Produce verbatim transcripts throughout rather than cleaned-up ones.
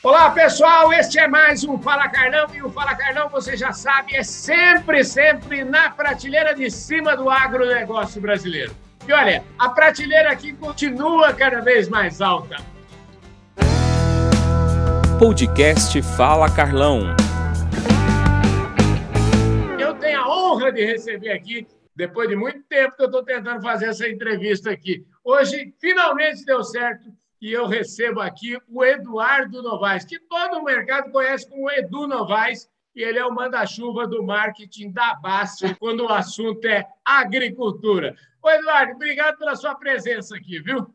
Olá, pessoal, este é mais um Fala Carlão, e o Fala Carlão, você já sabe, é sempre, sempre na prateleira de cima do agronegócio brasileiro. E olha, a prateleira aqui continua cada vez mais alta. Podcast Fala Carlão. Eu tenho a honra de receber aqui, depois de muito tempo que eu estou tentando fazer essa entrevista aqui. Hoje, finalmente deu certo. E eu recebo aqui o Eduardo Novaes, que todo o mercado conhece como Edu Novaes, e ele é o manda-chuva do marketing da Bast, quando o assunto é agricultura. Ô, Eduardo, obrigado pela sua presença aqui, viu?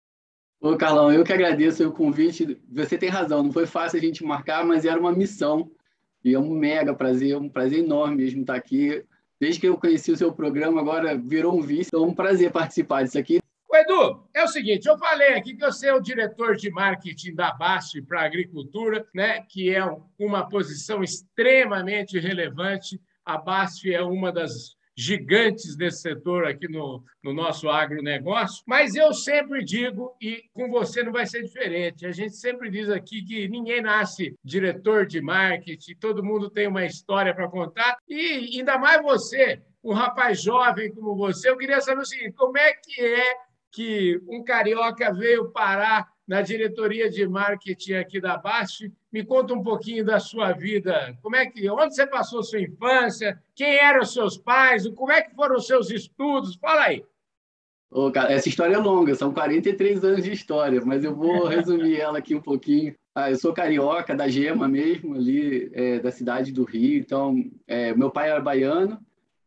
Ô, Carlão, eu que agradeço o convite. Você tem razão, não foi fácil a gente marcar, mas era uma missão. E é um mega prazer, um prazer enorme mesmo estar aqui. Desde que eu conheci o seu programa, agora virou um vício, então é um prazer participar disso aqui. Ô, Edu, é o seguinte, eu falei aqui que você é o diretor de marketing da Bast para a agricultura, né, que é uma posição extremamente relevante. A Bast é uma das gigantes desse setor aqui no, no nosso agronegócio, mas eu sempre digo, e com você não vai ser diferente, a gente sempre diz aqui que ninguém nasce diretor de marketing, todo mundo tem uma história para contar, e ainda mais você, um rapaz jovem como você, eu queria saber o seguinte, como é que é que um carioca veio parar na diretoria de marketing aqui da Bast? Me conta um pouquinho da sua vida. Como é que, onde você passou sua infância? Quem eram os seus pais? Como é que foram os seus estudos? Fala aí. Ô, cara, essa história é longa, são quarenta e três anos de história, mas eu vou resumir ela aqui um pouquinho. Ah, eu sou carioca, da Gema mesmo, ali é, da cidade do Rio. Então, é, meu pai era baiano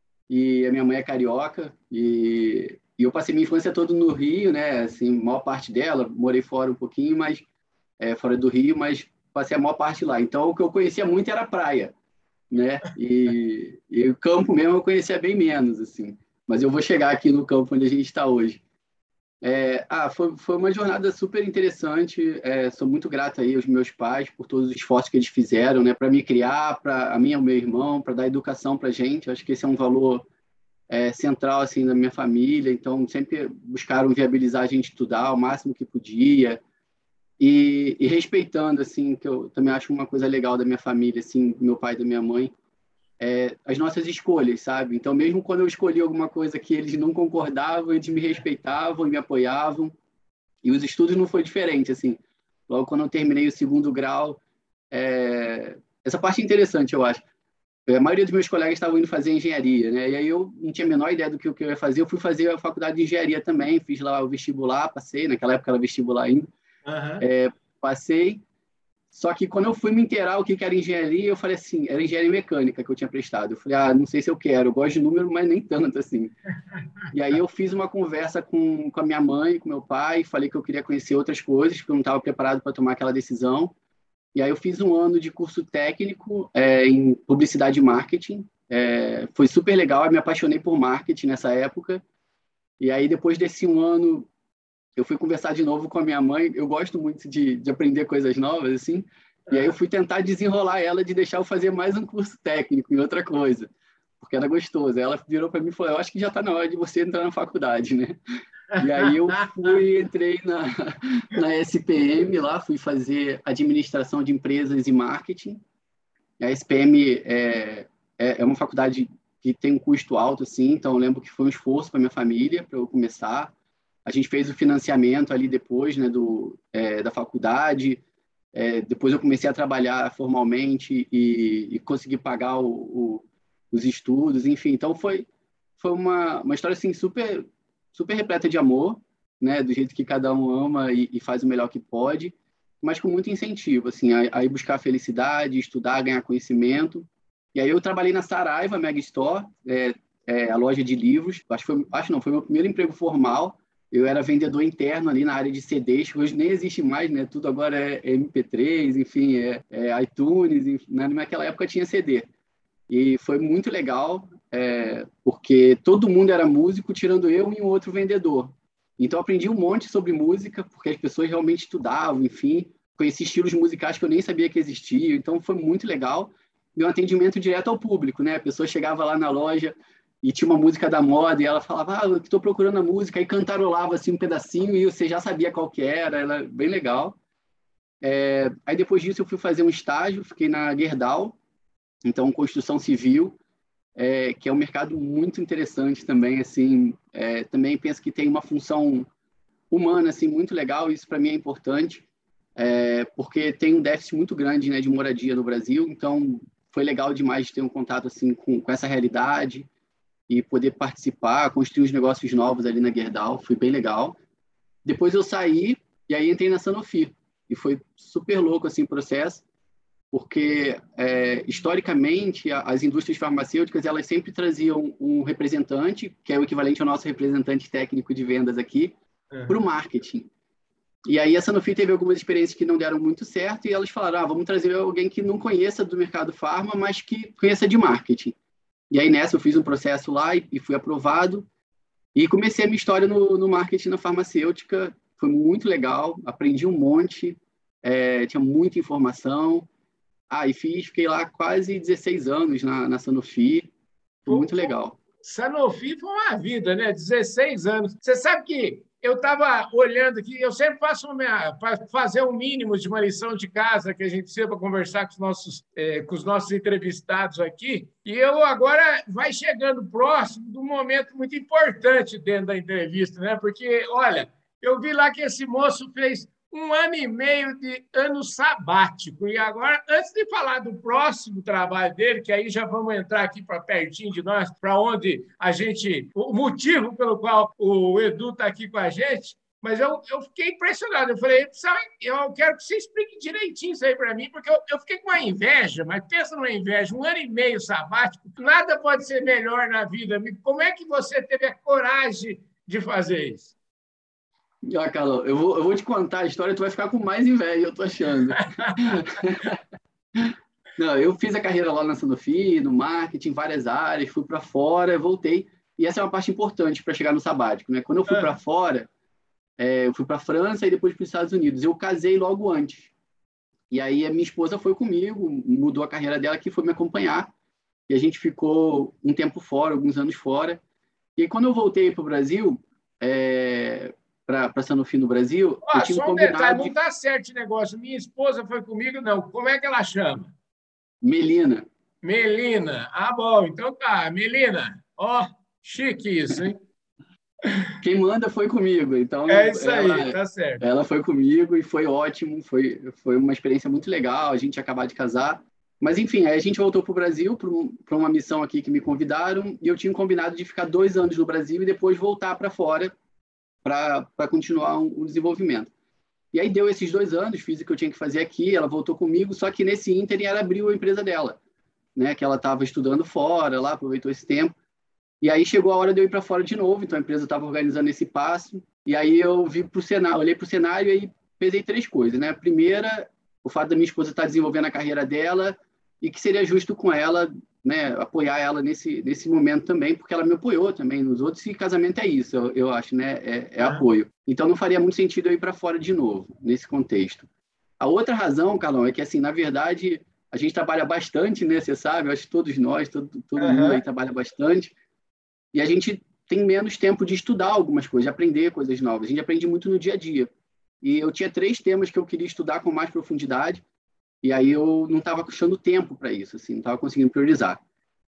e a minha mãe é carioca. E E eu passei minha infância toda no Rio, né? Assim, a maior parte dela, morei fora um pouquinho, mas é, fora do Rio, mas passei a maior parte lá. Então, o que eu conhecia muito era a praia, né? E, e o campo mesmo eu conhecia bem menos, assim. Mas eu vou chegar aqui no campo onde a gente está hoje. É, ah, foi, foi uma jornada super interessante. É, sou muito grato aí aos meus pais por todos os esforços que eles fizeram, né? Para me criar, para a minha e o meu irmão, para dar educação para a gente. Eu acho que esse é um valor É, central assim da minha família, então sempre buscaram viabilizar a gente estudar o máximo que podia e, e respeitando assim, que eu também acho uma coisa legal da minha família, assim, do meu pai e da minha mãe, é, as nossas escolhas, sabe? Então mesmo quando eu escolhi alguma coisa que eles não concordavam, eles me respeitavam e me apoiavam, e os estudos não foi diferente, assim. Logo quando eu terminei o segundo grau, é, essa parte é interessante, eu acho. A maioria dos meus colegas estavam indo fazer engenharia, né? E aí eu não tinha a menor ideia do que eu ia fazer. Eu fui fazer a faculdade de engenharia também, fiz lá o vestibular, passei, naquela época era vestibular ainda, Uhum. é, passei. Só que quando eu fui me inteirar o que era engenharia, eu falei assim, era engenharia mecânica que eu tinha prestado. Eu falei, ah, não sei se eu quero, eu gosto de número, mas nem tanto assim. E aí eu fiz uma conversa com, com a minha mãe, com meu pai, falei que eu queria conhecer outras coisas, porque eu não estava preparado para tomar aquela decisão. E aí eu fiz um ano de curso técnico é, em publicidade e marketing. É, foi super legal, eu me apaixonei por marketing nessa época. E aí depois desse um ano, eu fui conversar de novo com a minha mãe. Eu gosto muito de, de aprender coisas novas, assim. E aí eu fui tentar desenrolar ela de deixar eu fazer mais um curso técnico em outra coisa, porque era gostoso. Aí ela virou para mim e falou, eu acho que já está na hora de você entrar na faculdade, né? E aí eu fui, entrei na, na S P M lá, fui fazer administração de empresas e marketing. A S P M é, é, é uma faculdade que tem um custo alto, assim, então eu lembro que foi um esforço para minha família, para eu começar. A gente fez o financiamento ali depois, né, do, é, da faculdade. É, depois eu comecei a trabalhar formalmente e, e consegui pagar o, o, os estudos, enfim. Então foi, foi uma, uma história assim, super... super repleta de amor, né, do jeito que cada um ama e, e faz o melhor que pode, mas com muito incentivo, assim, a, a ir buscar a felicidade, estudar, ganhar conhecimento. E aí eu trabalhei na Saraiva Mega Store, é, é, a loja de livros. Acho, foi, acho não, foi meu primeiro emprego formal. Eu era vendedor interno ali na área de C Ds, que hoje nem existe mais, né? Tudo agora é M P três, enfim, é, é iTunes, enfim, né? Naquela época tinha C D. E foi muito legal, é, porque todo mundo era músico, tirando eu e um outro vendedor. Então, aprendi um monte sobre música, porque as pessoas realmente estudavam, enfim. Conheci estilos musicais que eu nem sabia que existiam. Então, foi muito legal. E um atendimento direto ao público, né? A pessoa chegava lá na loja e tinha uma música da moda e ela falava, ah, eu estou procurando a música. Aí cantarolava assim, um pedacinho e você já sabia qual que era. Era bem legal. É, aí depois disso eu fui fazer um estágio, fiquei na Gerdau, então construção civil, é, que é um mercado muito interessante também, assim, é, também penso que tem uma função humana, assim, muito legal, isso para mim é importante, é, porque tem um déficit muito grande, né, de moradia no Brasil, então foi legal demais ter um contato, assim, com, com essa realidade e poder participar, construir uns negócios novos ali na Gerdau, foi bem legal. Depois eu saí e aí entrei na Sanofi, e foi super louco, assim, o processo, porque, é, historicamente, as indústrias farmacêuticas, elas sempre traziam um representante, que é o equivalente ao nosso representante técnico de vendas aqui, Uhum. para o marketing. E aí a Sanofi teve algumas experiências que não deram muito certo, e elas falaram, ah, vamos trazer alguém que não conheça do mercado farma, mas que conheça de marketing. E aí nessa eu fiz um processo lá e, e fui aprovado, e comecei a minha história no, no marketing na farmacêutica, foi muito legal, aprendi um monte, é, tinha muita informação. Ah, e fiz, fiquei lá quase dezesseis anos na, na Sanofi, foi Pô, muito legal. Sanofi foi uma vida, né? dezesseis anos. Você sabe que eu estava olhando aqui, eu sempre faço para fazer o mínimo de uma lição de casa que a gente precisa para conversar com os nossos, eh, com os nossos entrevistados aqui. E eu agora vai chegando próximo de um momento muito importante dentro da entrevista, né? Porque, olha, eu vi lá que esse moço fez um ano e meio de ano sabático. E agora, antes de falar do próximo trabalho dele, que aí já vamos entrar aqui para pertinho de nós, para onde a gente. O motivo pelo qual o Edu está aqui com a gente. Mas eu, eu fiquei impressionado. Eu falei, eu quero que você explique direitinho isso aí para mim, porque eu, eu fiquei com uma inveja, mas pensa numa inveja, um ano e meio sabático, nada pode ser melhor na vida. Como é que você teve a coragem de fazer isso? Ah, Carlão, eu vou, eu vou te contar a história, tu vai ficar com mais inveja, eu tô achando. Não, eu fiz a carreira lá na Sanofi, no marketing, em várias áreas, fui para fora, voltei. E essa é uma parte importante para chegar no sabático, né? Quando eu fui para fora, é, eu fui para a França e depois para os Estados Unidos. Eu casei logo antes. E aí a minha esposa foi comigo, mudou a carreira dela, que foi me acompanhar. E a gente ficou um tempo fora, alguns anos fora. E aí, quando eu voltei para o Brasil, é, para a Sanofi no Brasil, Ó, eu tinha um só um detalhe, combinado não de está certo o negócio. Minha esposa foi comigo, não. Como é que ela chama? Melina. Melina. Ah, bom, então tá. Melina, ó, chique isso, hein? Quem manda foi comigo, É então isso aí, ela, tá certo. ela foi comigo e foi ótimo, foi, foi uma experiência muito legal, a gente ia acabar de casar. Mas, enfim, aí a gente voltou para o Brasil para uma missão aqui que me convidaram e eu tinha combinado de ficar dois anos no Brasil e depois voltar para fora para continuar o um, um desenvolvimento. E aí deu esses dois anos, fiz o que eu tinha que fazer aqui, ela voltou comigo, só que nesse ínterim ela abriu a empresa dela, né, que ela estava estudando fora, lá aproveitou esse tempo. E aí chegou a hora de eu ir para fora de novo, então a empresa estava organizando esse passo, e aí eu vi para o cenário, olhei para o cenário e aí pesei três coisas, né? A primeira, o fato da minha esposa estar desenvolvendo a carreira dela e que seria justo com ela, né, apoiar ela nesse, nesse momento também, porque ela me apoiou também nos outros, e casamento é isso, eu, eu acho, né? É, é apoio. Então não faria muito sentido eu ir para fora de novo, nesse contexto. A outra razão, Carlão, é que, assim, na verdade, a gente trabalha bastante, né? Você sabe, eu acho que todos nós, todo, todo uhum. mundo aí trabalha bastante, e a gente tem menos tempo de estudar algumas coisas, de aprender coisas novas. A gente aprende muito no dia a dia. E eu tinha três temas que eu queria estudar com mais profundidade, e aí eu não estava achando tempo para isso, assim, não estava conseguindo priorizar.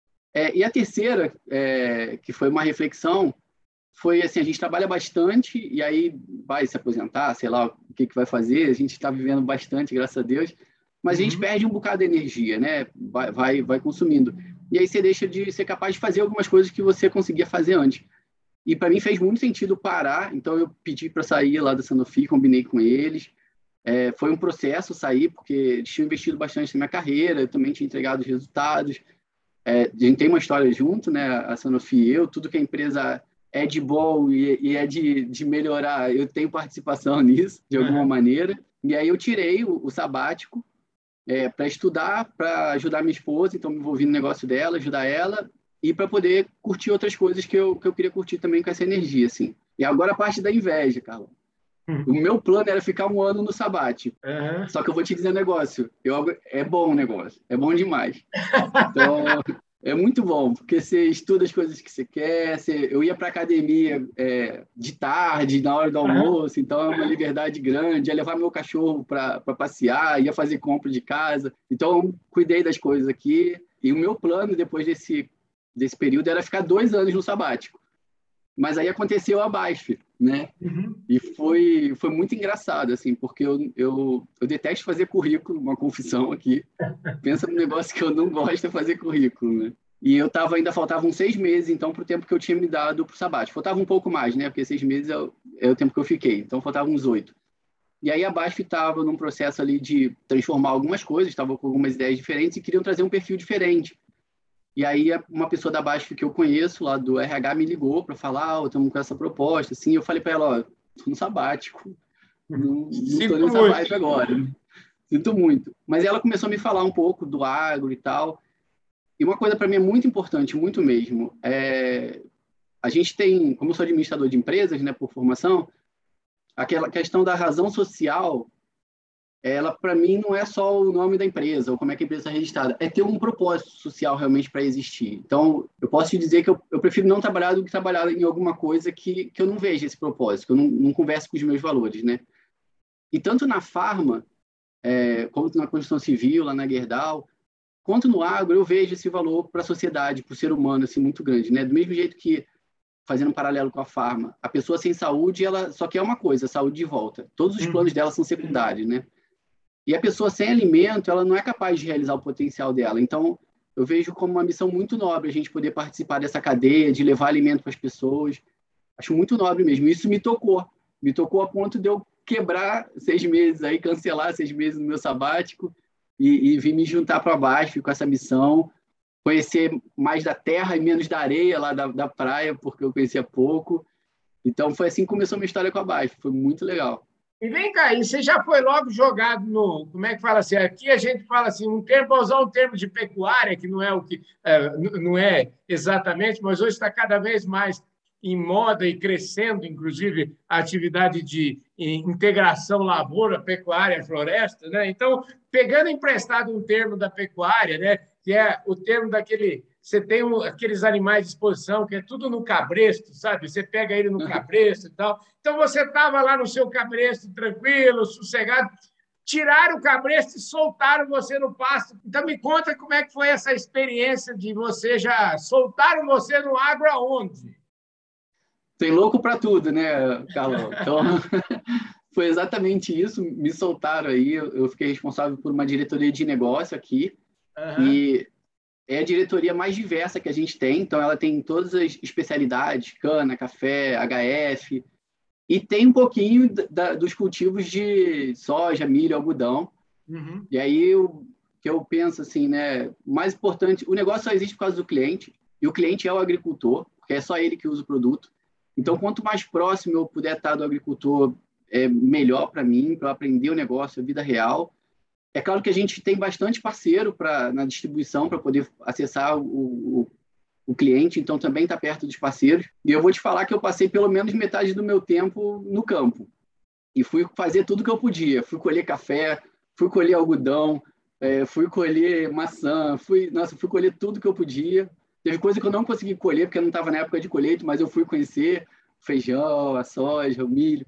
É, e a terceira, é, que foi uma reflexão, foi assim, a gente trabalha bastante e aí vai se aposentar, sei lá o que, que vai fazer, a gente está vivendo bastante, graças a Deus, mas uhum. a gente perde um bocado de energia, né? Vai, vai, vai consumindo. E aí você deixa de ser capaz de fazer algumas coisas que você conseguia fazer antes. E para mim fez muito sentido parar, então eu pedi para sair lá da Sanofi, combinei com eles. É, foi um processo sair, porque eles tinham investido bastante na minha carreira, eu também tinha entregado os resultados. É, a gente tem uma história junto, né? A Sanofi e eu, tudo que a empresa é de bom e, e é de, de melhorar, eu tenho participação nisso, de alguma uhum. maneira. E aí eu tirei o, o sabático é, para estudar, para ajudar minha esposa, então me envolvi no negócio dela, ajudar ela, e para poder curtir outras coisas que eu, que eu queria curtir também com essa energia, assim. E agora a parte da inveja, Carla. Uhum. O meu plano era ficar um ano no sabático. Uhum. Só que eu vou te dizer um negócio, eu, é bom o negócio, é bom demais. Então, É muito bom, porque você estuda as coisas que você quer. Você... Eu ia para academia é, de tarde, na hora do almoço, então é uma liberdade grande. Ia levar meu cachorro para passear, ia fazer compra de casa. Então, cuidei das coisas aqui. E o meu plano, depois desse, desse período, era ficar dois anos no sabático. Mas aí aconteceu a BASF, né? Uhum. E foi, foi muito engraçado, assim, porque eu, eu, eu detesto fazer currículo, uma confissão aqui. Pensa num negócio que eu não gosto é fazer currículo, né? E eu tava, ainda faltavam seis meses, então, para o tempo que eu tinha me dado para o sabático. Faltava um pouco mais, né? Porque seis meses é o, é o tempo que eu fiquei. Então, faltavam uns oito. E aí a BASF estava num processo ali de transformar algumas coisas, estava com algumas ideias diferentes e queriam trazer um perfil diferente. E aí uma pessoa da BASF que eu conheço, lá do R H, me ligou para falar, oh, estamos com essa proposta, assim. Eu falei para ela, ó, estou no sabático, não estou no sabático agora. Sinto muito. Mas ela começou a me falar um pouco do agro e tal. E uma coisa para mim é muito importante, muito mesmo. É... A gente tem, como eu sou administrador de empresas, né, por formação, aquela questão da razão social, ela para mim não é só o nome da empresa ou como é que a empresa é registrada, é ter um propósito social realmente para existir. Então, eu posso te dizer que eu, eu prefiro não trabalhar do que trabalhar em alguma coisa que, que eu não veja esse propósito, que eu não, não converse com os meus valores, né? E tanto na farma, é, como na construção civil, lá na Gerdau, quanto no agro, eu vejo esse valor para a sociedade, para o ser humano, assim, muito grande, né? Do mesmo jeito que, fazendo um paralelo com a farma, a pessoa sem saúde, ela só quer uma coisa, saúde de volta. Todos os planos dela são secundários, né? E a pessoa sem alimento, ela não é capaz de realizar o potencial dela. Então, eu vejo como uma missão muito nobre a gente poder participar dessa cadeia, de levar alimento para as pessoas. Acho muito nobre mesmo. Isso me tocou. Me tocou a ponto de eu quebrar seis meses, aí cancelar seis meses no meu sabático e, e vir me juntar para baixo com essa missão, conhecer mais da terra e menos da areia lá da, da praia, porque eu conhecia pouco. Então, foi assim que começou a minha história com a BASF. Foi muito legal. E vem cá, e você já foi logo jogado no... Como é que fala assim? Aqui a gente fala assim, um termo, para usar um termo de pecuária, que não é o que é, não é exatamente, mas hoje está cada vez mais em moda e crescendo, inclusive, a atividade de integração lavoura, pecuária, floresta, né? Então, pegando emprestado um termo da pecuária, né, que é o termo daquele... Você tem um, aqueles animais de exposição, que é tudo no cabresto, sabe? Você pega ele no cabresto e tal. Então, você estava lá no seu cabresto, tranquilo, sossegado, tiraram o cabresto e soltaram você no pasto. Então, me conta como é que foi essa experiência de você já... Soltaram você no agro aonde? Tem louco para tudo, né, Carlão? Então, foi exatamente isso. Me soltaram aí. Eu fiquei responsável por uma diretoria de negócio aqui. Uhum. E é a diretoria mais diversa que a gente tem. Então, ela tem todas as especialidades, cana, café, H F. E tem um pouquinho da, dos cultivos de soja, milho, algodão. Uhum. E aí, o que eu penso assim, né? Mais importante, o negócio só existe por causa do cliente. E o cliente é o agricultor, porque é só ele que usa o produto. Então, quanto mais próximo eu puder estar do agricultor, é melhor para mim, para eu aprender o negócio, a vida real. É claro que a gente tem bastante parceiro pra, na distribuição para poder acessar o, o, o cliente, então também está perto dos parceiros. E eu vou te falar que eu passei pelo menos metade do meu tempo no campo. E fui fazer tudo que eu podia. Fui colher café, fui colher algodão, é, fui colher maçã, fui, nossa, fui colher tudo que eu podia. Teve coisa que eu não consegui colher, porque eu não estava na época de colheita, mas eu fui conhecer o feijão, a soja, o milho.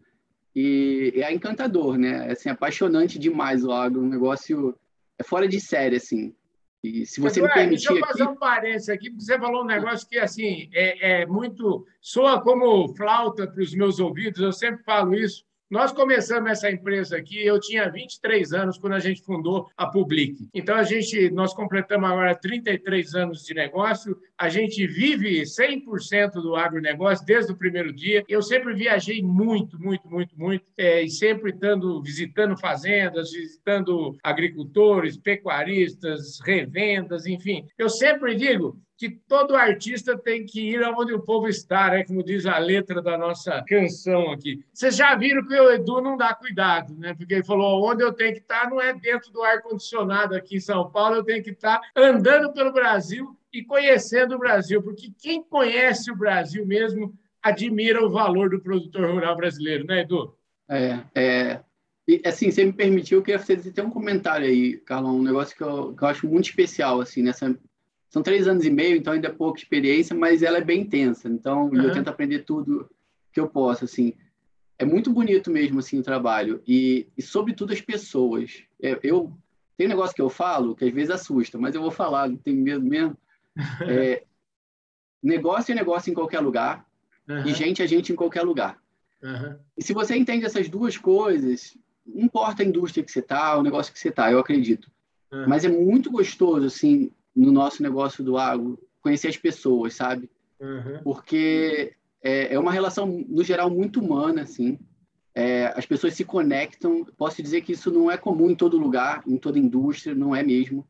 E é encantador, né? É assim, apaixonante demais o agro, um negócio é fora de série, assim. E se você Eduardo, me permitir deixa eu fazer aqui... um parênteses aqui, porque você falou um negócio que assim, é, é muito... Soa como flauta para os meus ouvidos, eu sempre falo isso. Nós começamos essa empresa aqui, eu tinha vinte e três anos quando a gente fundou a Public. Então, a gente, nós completamos agora trinta e três anos de negócio, a gente vive cem por cento do agronegócio desde o primeiro dia. Eu sempre viajei muito, muito, muito, muito, é, e sempre estando, visitando fazendas, visitando agricultores, pecuaristas, revendas, enfim. Eu sempre digo que todo artista tem que ir onde o povo está, né? Como diz a letra da nossa canção aqui. Vocês já viram que o Edu não dá cuidado, né? Porque ele falou, onde eu tenho que estar não é dentro do ar-condicionado aqui em São Paulo, eu tenho que estar andando pelo Brasil e conhecendo o Brasil, porque quem conhece o Brasil mesmo admira o valor do produtor rural brasileiro, né, Edu? É, é... E, assim, você me permitiu, eu queria fazer um comentário aí, Carlão, um negócio que eu, que eu acho muito especial, assim, nessa... São três anos e meio, então ainda é pouca experiência, mas ela é bem intensa. Então, uhum. eu tento aprender tudo que eu posso, assim. É muito bonito mesmo, assim, o trabalho. E, e sobretudo, as pessoas. É, eu tem um negócio que eu falo que às vezes assusta, mas eu vou falar, não tenho medo mesmo. É, negócio é negócio em qualquer lugar uhum. e gente é gente em qualquer lugar. Uhum. E se você entende essas duas coisas, não importa a indústria que você está, o negócio que você está, eu acredito. Uhum. Mas é muito gostoso, assim, no nosso negócio do agro, conhecer as pessoas, sabe? Uhum. Porque é, é uma relação, no geral, muito humana, assim. É, as pessoas se conectam. Posso dizer que isso não é comum em todo lugar, em toda indústria, não é mesmo.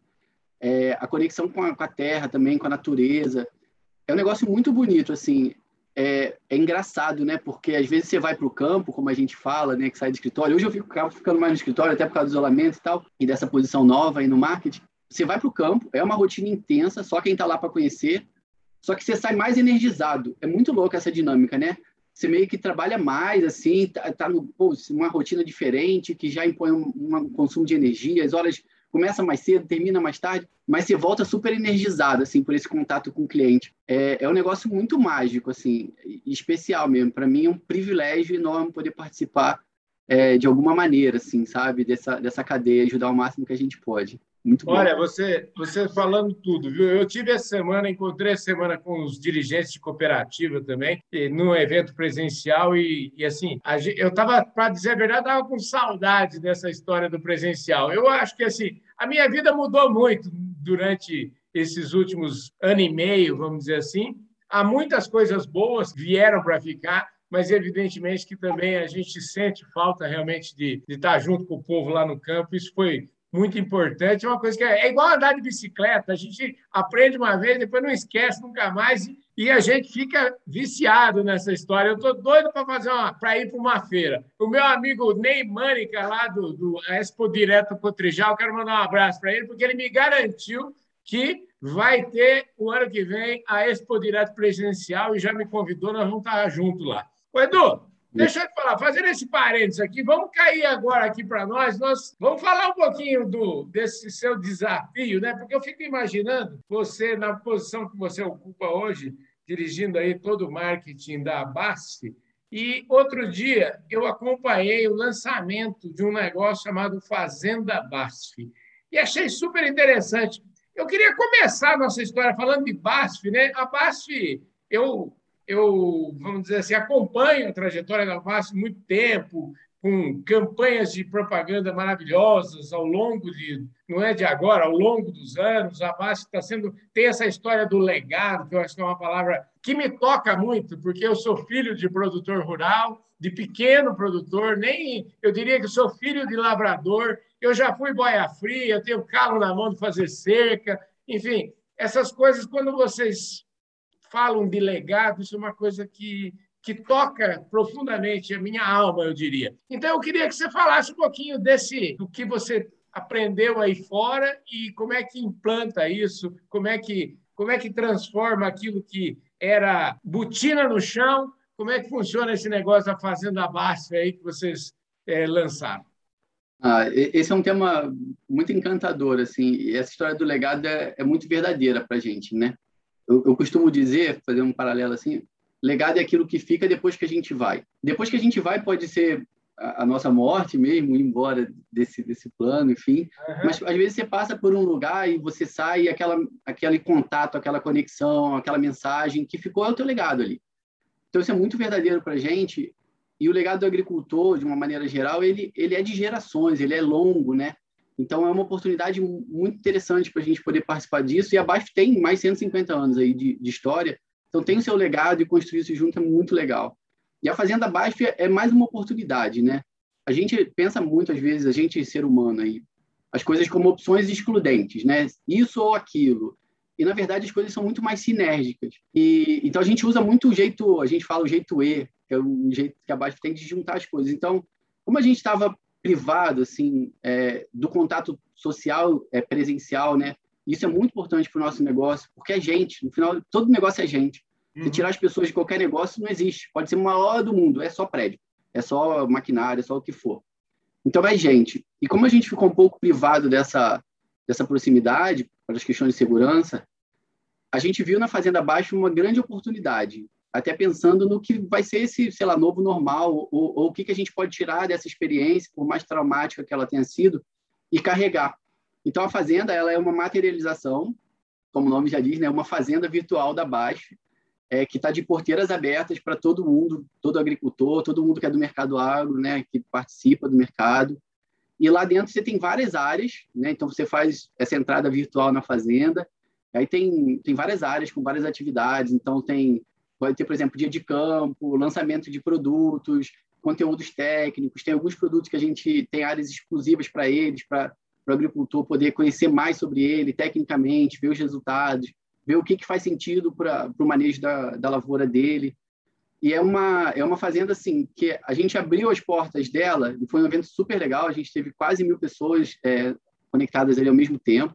É, a conexão com a, com a terra também, com a natureza. É um negócio muito bonito, assim. É, é engraçado, né? Porque às vezes você vai para o campo, como a gente fala, né? Que sai do escritório. Hoje eu fico acabo ficando mais no escritório, até por causa do isolamento e tal, e dessa posição nova aí no marketing. Você vai para o campo, é uma rotina intensa, só quem está lá para conhecer, só que você sai mais energizado. É muito louco essa dinâmica, né? Você meio que trabalha mais, assim, tá, tá no, pô, uma rotina diferente, que já impõe um, um consumo de energia, as horas começa mais cedo, termina mais tarde, mas você volta super energizado, assim, por esse contato com o cliente. É, é um negócio muito mágico, assim, especial mesmo. Para mim é um privilégio enorme poder participar é, de alguma maneira, assim, sabe? Dessa, dessa cadeia, ajudar o máximo que a gente pode. Muito bom. Olha, você, você falando tudo, viu? Eu tive essa semana, encontrei essa semana com os dirigentes de cooperativa também, num evento presencial e, e assim, a, eu estava, para dizer a verdade, estava com saudade dessa história do presencial. Eu acho que, assim, a minha vida mudou muito durante esses últimos ano e meio, vamos dizer assim. Há muitas coisas boas vieram para ficar, mas evidentemente que também a gente sente falta realmente de, de estar junto com o povo lá no campo. Isso foi muito importante, é uma coisa que é, é igual andar de bicicleta, a gente aprende uma vez, depois não esquece nunca mais e, e a gente fica viciado nessa história. Eu estou doido para fazer uma, para ir para uma feira. O meu amigo Ney Mânica, lá do, do Expo Direto Cotrijal, quero mandar um abraço para ele, porque ele me garantiu que vai ter o ano que vem a Expo Direto presencial e já me convidou, nós vamos estar juntos lá. Ô, Edu, deixa eu te falar, fazendo esse parênteses aqui, vamos cair agora aqui para nós, nós vamos falar um pouquinho do, desse seu desafio, né? Porque eu fico imaginando você, na posição que você ocupa hoje, dirigindo aí todo o marketing da BASF, e outro dia eu acompanhei o lançamento de um negócio chamado Fazenda BASF, e achei super interessante. Eu queria começar a nossa história falando de BASF, né? A BASF, eu... eu, vamos dizer assim, acompanho a trajetória da BASF há muito tempo, com campanhas de propaganda maravilhosas ao longo de, não é de agora, ao longo dos anos. A BASF está sendo, tem essa história do legado, que eu acho que é uma palavra que me toca muito, porque eu sou filho de produtor rural, de pequeno produtor, nem eu diria que sou filho de lavrador, eu já fui boia fria, eu tenho calo na mão de fazer cerca, enfim, essas coisas, quando vocês falam de legado, isso é uma coisa que, que toca profundamente a minha alma, eu diria. Então, eu queria que você falasse um pouquinho desse, do que você aprendeu aí fora e como é que implanta isso, como é que, como é que transforma aquilo que era botina no chão, como é que funciona esse negócio da Fazenda BASF aí que vocês é, lançaram. Ah, esse é um tema muito encantador, assim, e essa história do legado é, é muito verdadeira para a gente, né? Eu, eu costumo dizer, fazer um paralelo assim, legado é aquilo que fica depois que a gente vai. Depois que a gente vai pode ser a, a nossa morte mesmo, ir embora desse, desse plano, enfim. Uhum. Mas às vezes você passa por um lugar e você sai e aquela, aquele contato, aquela conexão, aquela mensagem que ficou é o teu legado ali. Então isso é muito verdadeiro para a gente. E o legado do agricultor, de uma maneira geral, ele, ele é de gerações, ele é longo, né? Então, é uma oportunidade muito interessante para a gente poder participar disso. E a BASF tem mais de cento e cinquenta anos aí de, de história. Então, tem o seu legado e construir isso junto é muito legal. E a Fazenda BASF é, é mais uma oportunidade, né? A gente pensa muito, às vezes, a gente, ser humano, aí, as coisas como opções excludentes, né? Isso ou aquilo. E, na verdade, as coisas são muito mais sinérgicas. E, então, a gente usa muito o jeito, a gente fala o jeito E, que é o jeito que a BASF tem de juntar as coisas. Então, como a gente estava privado, assim, é, do contato social, é, presencial, né? Isso é muito importante para o nosso negócio, porque é gente. No final, todo negócio é gente. Uhum. Se tirar as pessoas de qualquer negócio, não existe. Pode ser o maior do mundo, é só prédio, é só maquinário, é só o que for. Então, é gente. E como a gente ficou um pouco privado dessa, dessa proximidade, para as questões de segurança, a gente viu na Fazenda Abaixo uma grande oportunidade, até pensando no que vai ser esse, sei lá, novo normal, ou, ou o que, que a gente pode tirar dessa experiência, por mais traumática que ela tenha sido, e carregar. Então, a Fazenda, ela é uma materialização, como o nome já diz, né? Uma fazenda virtual da Basf, é, que está de porteiras abertas para todo mundo, todo agricultor, todo mundo que é do mercado agro, né? Que participa do mercado. E lá dentro você tem várias áreas, né? Então, você faz essa entrada virtual na fazenda, aí tem, tem várias áreas com várias atividades, então tem... Pode ter, por exemplo, dia de campo, lançamento de produtos, conteúdos técnicos, tem alguns produtos que a gente tem áreas exclusivas para eles, para o agricultor poder conhecer mais sobre ele, tecnicamente, ver os resultados, ver o que, que faz sentido para o manejo da, da lavoura dele. E é uma, é uma fazenda, assim, que a gente abriu as portas dela, e foi um evento super legal, a gente teve quase mil pessoas é, conectadas ali ao mesmo tempo,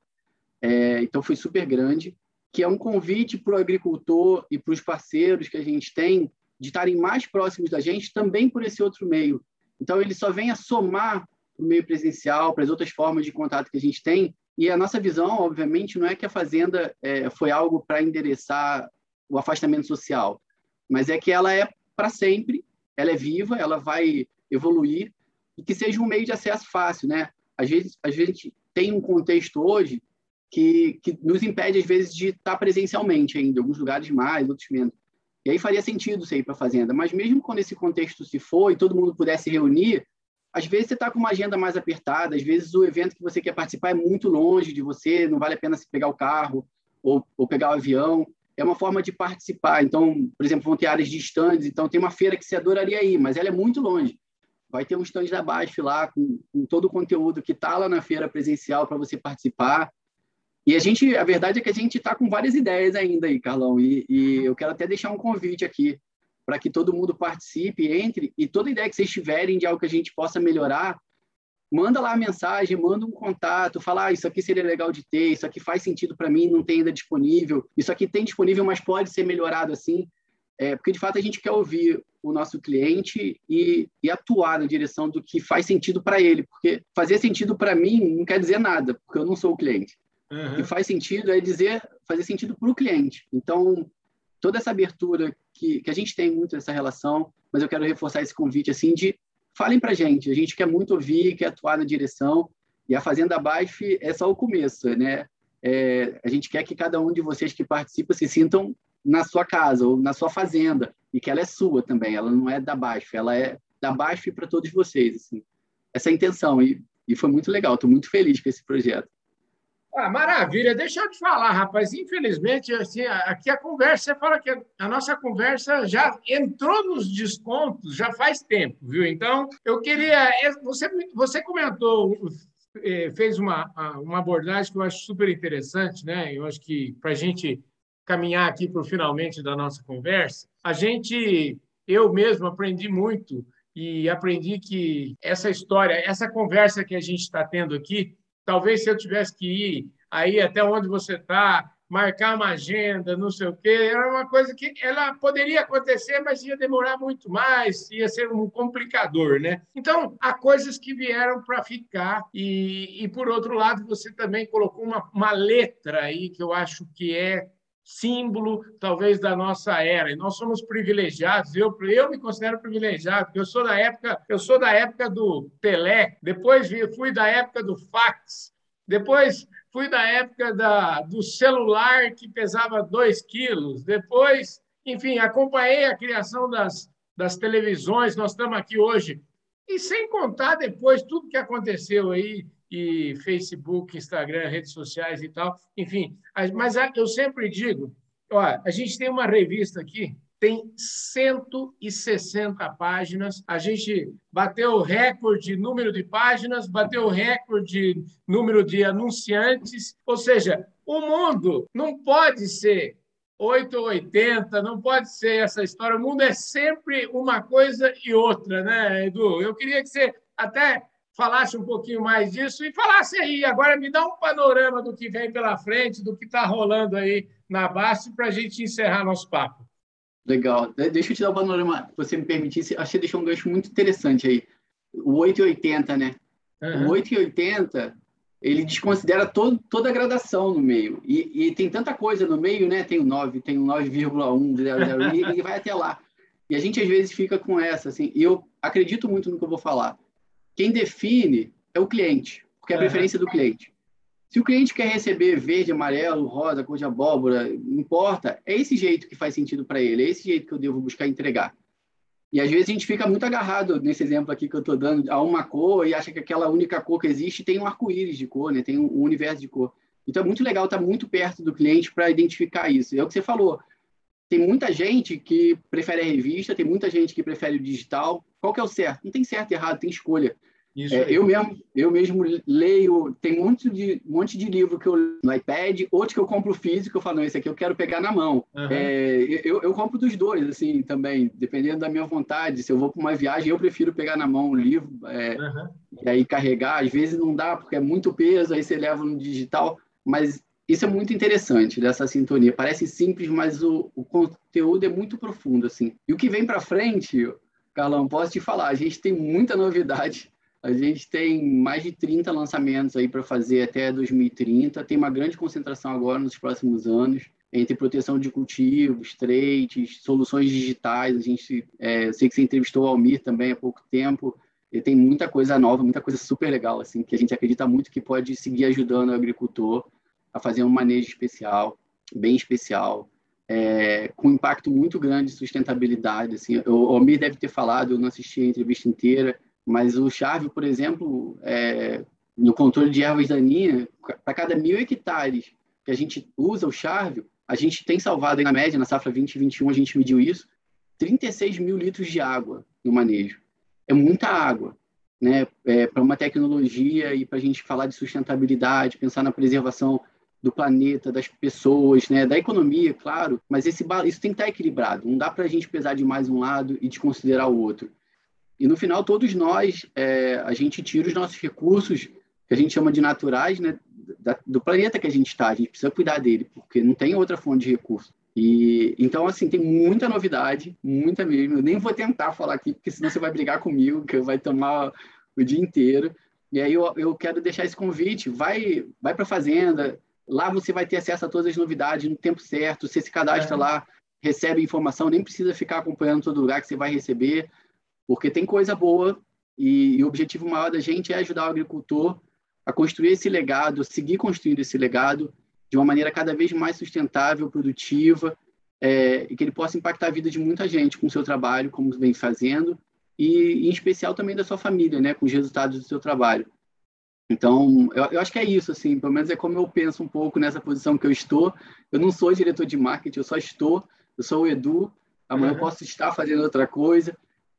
é, então foi super grande, que é um convite para o agricultor e para os parceiros que a gente tem de estarem mais próximos da gente também por esse outro meio. Então, ele só vem a somar para o meio presencial, para as outras formas de contato que a gente tem. E a nossa visão, obviamente, não é que a Fazenda é, foi algo para endereçar o afastamento social, mas é que ela é para sempre, ela é viva, ela vai evoluir e que seja um meio de acesso fácil, né? Às vezes, a gente tem um contexto hoje Que, que nos impede, às vezes, de estar presencialmente ainda, em alguns lugares mais, outros menos. E aí faria sentido você ir para a fazenda. Mas mesmo quando esse contexto se for e todo mundo pudesse reunir, às vezes você está com uma agenda mais apertada, às vezes o evento que você quer participar é muito longe de você, não vale a pena você pegar o carro ou, ou pegar o avião. É uma forma de participar. Então, por exemplo, vão ter áreas de stands, então tem uma feira que você adoraria ir, mas ela é muito longe. Vai ter um stand da Basf lá, com, com todo o conteúdo que está lá na feira presencial para você participar. E a gente, a verdade é que a gente está com várias ideias ainda aí, Carlão, e, e eu quero até deixar um convite aqui para que todo mundo participe, entre, e toda ideia que vocês tiverem de algo que a gente possa melhorar, manda lá a mensagem, manda um contato, fala, ah, isso aqui seria legal de ter, isso aqui faz sentido para mim, não tem ainda disponível, isso aqui tem disponível, mas pode ser melhorado assim, é, porque de fato a gente quer ouvir o nosso cliente e, e atuar na direção do que faz sentido para ele, porque fazer sentido para mim não quer dizer nada, porque eu não sou o cliente. Uhum. O que faz sentido é dizer, fazer sentido para o cliente. Então, toda essa abertura que, que a gente tem muito nessa relação, mas eu quero reforçar esse convite assim de falem para a gente, a gente quer muito ouvir, quer atuar na direção, e a Fazenda Basf é só o começo, né? É, a gente quer que cada um de vocês que participa se sintam na sua casa ou na sua fazenda, e que ela é sua também, ela não é da Basf, ela é da Basf para todos vocês. Assim. Essa é a intenção, e, e foi muito legal, estou muito feliz com esse projeto. Ah, maravilha. Deixa eu te falar, rapaz. Infelizmente, assim, aqui a conversa, você fala que a nossa conversa já entrou nos descontos já faz tempo, viu? Então, eu queria... Você, você comentou, fez uma, uma abordagem que eu acho super interessante, né? Eu acho que para a gente caminhar aqui para o finalmente da nossa conversa, a gente, eu mesmo aprendi muito e aprendi que essa história, essa conversa que a gente está tendo aqui, talvez se eu tivesse que ir aí até onde você está, marcar uma agenda, não sei o quê, era uma coisa que ela poderia acontecer, mas ia demorar muito mais, ia ser um complicador, né? Então, há coisas que vieram para ficar e, e, por outro lado, você também colocou uma, uma letra aí que eu acho que é símbolo, talvez, da nossa era. E nós somos privilegiados, eu, eu me considero privilegiado, porque eu sou da época, eu sou da época do Pelé, depois fui da época do fax, depois fui da época da, do celular que pesava dois quilos, depois, enfim, acompanhei a criação das, das televisões, nós estamos aqui hoje, e sem contar depois tudo que aconteceu aí, e Facebook, Instagram, redes sociais e tal, enfim. Mas eu sempre digo, ó, a gente tem uma revista aqui, tem cento e sessenta páginas, a gente bateu o recorde de número de páginas, bateu o recorde de número de anunciantes, ou seja, o mundo não pode ser oito ou oitenta, não pode ser essa história, o mundo é sempre uma coisa e outra, né, Edu? Eu queria que você até falasse um pouquinho mais disso e falasse aí, agora me dá um panorama do que vem pela frente, do que está rolando aí na Basf para a gente encerrar nosso papo. Legal. Deixa eu te dar um panorama, se você me permitisse. Acho que você deixou um gancho muito interessante aí. O oito e oitenta, né? Uhum. O oito e oitenta ele desconsidera todo, toda a gradação no meio. E, e tem tanta coisa no meio, né? Tem o nove, tem o nove vírgula um, e, e vai até lá. E a gente, às vezes, fica com essa, assim, e eu acredito muito no que eu vou falar. Quem define é o cliente, porque é a preferência do cliente. Se o cliente quer receber verde, amarelo, rosa, cor de abóbora, não importa, é esse jeito que faz sentido para ele, é esse jeito que eu devo buscar entregar. E às vezes a gente fica muito agarrado, nesse exemplo aqui que eu estou dando, a uma cor e acha que aquela única cor que existe tem um arco-íris de cor, né? Tem um universo de cor. Então é muito legal estar muito perto do cliente para identificar isso. É o que você falou. Tem muita gente que prefere a revista, tem muita gente que prefere o digital. Qual que é o certo? Não tem certo e errado, tem escolha. É, eu, mesmo, eu mesmo leio, tem um monte, de, um monte de livro que eu leio no iPad, outros que eu compro físico, eu falo, não, esse aqui eu quero pegar na mão. Uhum. É, eu, eu compro dos dois, assim, também, dependendo da minha vontade. Se eu vou para uma viagem, eu prefiro pegar na mão o livro, é, uhum. e aí carregar. Às vezes não dá, porque é muito peso, aí você leva no digital. Mas isso é muito interessante, dessa sintonia. Parece simples, mas o, o conteúdo é muito profundo, assim. E o que vem para frente, Carlão, posso te falar, a gente tem muita novidade. A gente tem mais de trinta lançamentos aí para fazer até dois mil e trinta. Tem uma grande concentração agora nos próximos anos, entre proteção de cultivos, traits, soluções digitais. A gente, é, eu sei que você entrevistou o Almir também há pouco tempo. Ele tem muita coisa nova, muita coisa super legal, assim, que a gente acredita muito que pode seguir ajudando o agricultor a fazer um manejo especial, bem especial, é, com um impacto muito grande de sustentabilidade. Assim. O Almir deve ter falado, eu não assisti a entrevista inteira, mas o Charvio, por exemplo, é, no controle de ervas daninhas, para cada mil hectares que a gente usa o Charvio, a gente tem salvado, na média, na safra vinte e vinte e um, a gente mediu isso, trinta e seis mil litros de água no manejo. É muita água, né? É, para uma tecnologia e para a gente falar de sustentabilidade, pensar na preservação do planeta, das pessoas, né? Da economia, claro, mas esse, isso tem que estar equilibrado. Não dá para a gente pesar demais um lado e desconsiderar o outro. E, no final, todos nós, é, a gente tira os nossos recursos, que a gente chama de naturais, né, da, do planeta que a gente está. A gente precisa cuidar dele, porque não tem outra fonte de recurso. E, então, assim, tem muita novidade, muita mesmo. Eu nem vou tentar falar aqui, porque senão você vai brigar comigo, que vai tomar o dia inteiro. E aí eu, eu quero deixar esse convite. Vai, vai para a Fazenda. Lá você vai ter acesso a todas as novidades no tempo certo. Você se cadastra é. lá, recebe informação. Nem precisa ficar acompanhando todo lugar que você vai receber. Porque tem coisa boa e, e o objetivo maior da gente é ajudar o agricultor a construir esse legado, seguir construindo esse legado de uma maneira cada vez mais sustentável, produtiva, é, e que ele possa impactar a vida de muita gente com o seu trabalho, como vem fazendo, e em especial também da sua família, né, com os resultados do seu trabalho. Então, eu, eu acho que é isso, assim, pelo menos é como eu penso um pouco nessa posição que eu estou. Eu não sou diretor de marketing, eu só estou, eu sou o Edu, amanhã uhum. eu posso estar fazendo outra coisa.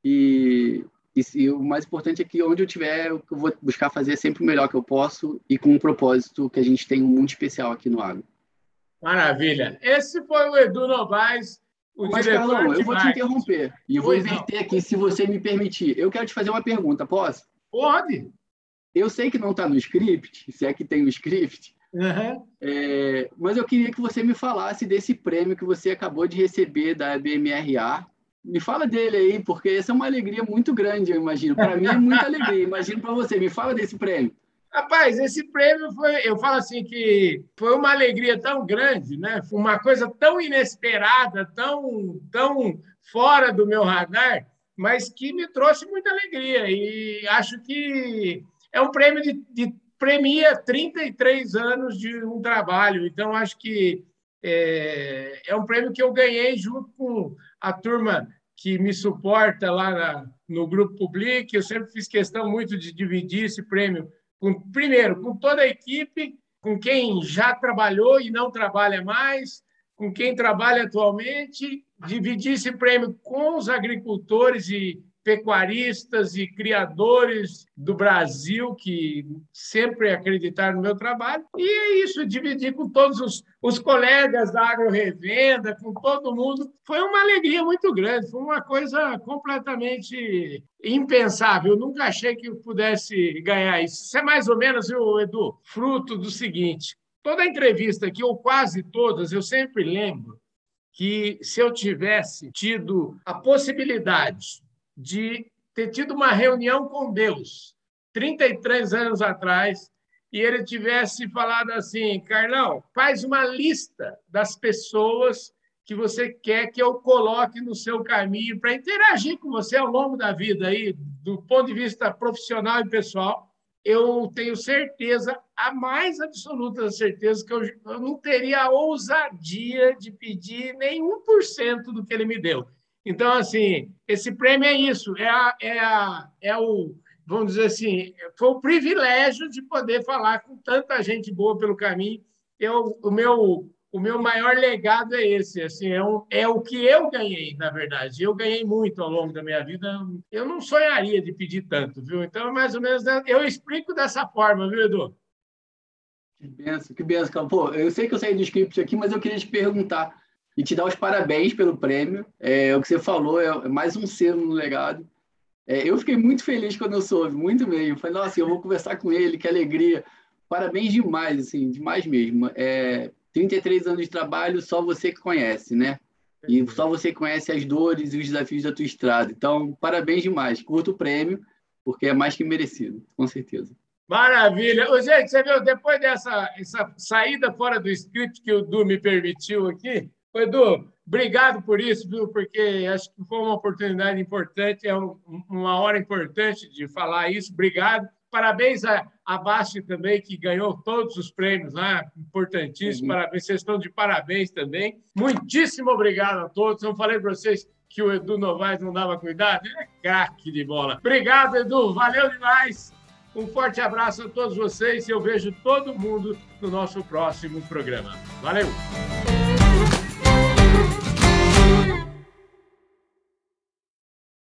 E, e, e o mais importante é que onde eu estiver, eu vou buscar fazer sempre o melhor que eu posso e com um propósito que a gente tem muito especial aqui no Agro. Maravilha. Esse foi o Edu Novaes, o Mas, diretor Carlão, de eu vou te interromper e eu vou inverter aqui, se você me permitir. Eu quero te fazer uma pergunta, posso? Pode. Eu sei que não está no script, se é que tem o script, uhum. é, mas eu queria que você me falasse desse prêmio que você acabou de receber da B M R A. Me fala dele aí, porque essa é uma alegria muito grande, eu imagino. Para mim é muita alegria, imagino para você. Me fala desse prêmio. Rapaz, esse prêmio foi, eu falo assim que foi uma alegria tão grande, né? Foi uma coisa tão inesperada, tão, tão fora do meu radar, mas que me trouxe muita alegria. E acho que é um prêmio de, de premia trinta e três anos de um trabalho. Então, acho que é, é um prêmio que eu ganhei junto com a turma que me suporta lá na, no Grupo Public. Eu sempre fiz questão muito de dividir esse prêmio, com, primeiro, com toda a equipe, com quem já trabalhou e não trabalha mais, com quem trabalha atualmente, dividir esse prêmio com os agricultores e pecuaristas e criadores do Brasil que sempre acreditaram no meu trabalho. E é isso, dividir com todos os, os colegas da Agrorevenda, com todo mundo. Foi uma alegria muito grande, foi uma coisa completamente impensável. Eu nunca achei que eu pudesse ganhar isso. Isso é mais ou menos, viu, Edu, fruto do seguinte: toda entrevista aqui, ou quase todas, eu sempre lembro que se eu tivesse tido a possibilidade de ter tido uma reunião com Deus trinta e três anos atrás, e ele tivesse falado assim, Carlão, faz uma lista das pessoas que você quer que eu coloque no seu caminho para interagir com você ao longo da vida, aí, do ponto de vista profissional e pessoal. Eu tenho certeza, a mais absoluta certeza, que eu, eu não teria a ousadia de pedir nem um por cento do que ele me deu. Então, assim, esse prêmio é isso, é, a, é, a, é o, vamos dizer assim, foi o privilégio de poder falar com tanta gente boa pelo caminho. Eu, o meu... O meu maior legado é esse, assim, é, um, é o que eu ganhei, na verdade. Eu ganhei muito ao longo da minha vida. Eu não sonharia de pedir tanto, viu? Então, mais ou menos, eu explico dessa forma, viu, Edu? Que benção, que benção. Pô, eu sei que eu saí do script aqui, mas eu queria te perguntar e te dar os parabéns pelo prêmio. É, o que você falou é mais um selo no legado. É, eu fiquei muito feliz quando eu soube, muito mesmo. Falei, nossa, eu vou conversar com ele, que alegria. Parabéns demais, assim, demais mesmo. É... trinta e três anos de trabalho, só você que conhece, né? E só você conhece as dores e os desafios da tua estrada. Então, parabéns demais. Curta o prêmio, porque é mais que merecido, com certeza. Maravilha. Ô, gente, você viu, depois dessa essa saída fora do script que o Edu me permitiu aqui, ô, Edu, obrigado por isso, viu? Porque acho que foi uma oportunidade importante, é um, uma hora importante de falar isso. Obrigado. Parabéns a, a Basti também, que ganhou todos os prêmios lá, importantíssimo. Uhum. Parabéns, vocês estão de parabéns também. Muitíssimo obrigado a todos. Eu falei para vocês que o Edu Novaes não dava cuidado. Ele é craque de bola. Obrigado, Edu. Valeu demais. Um forte abraço a todos vocês e eu vejo todo mundo no nosso próximo programa. Valeu!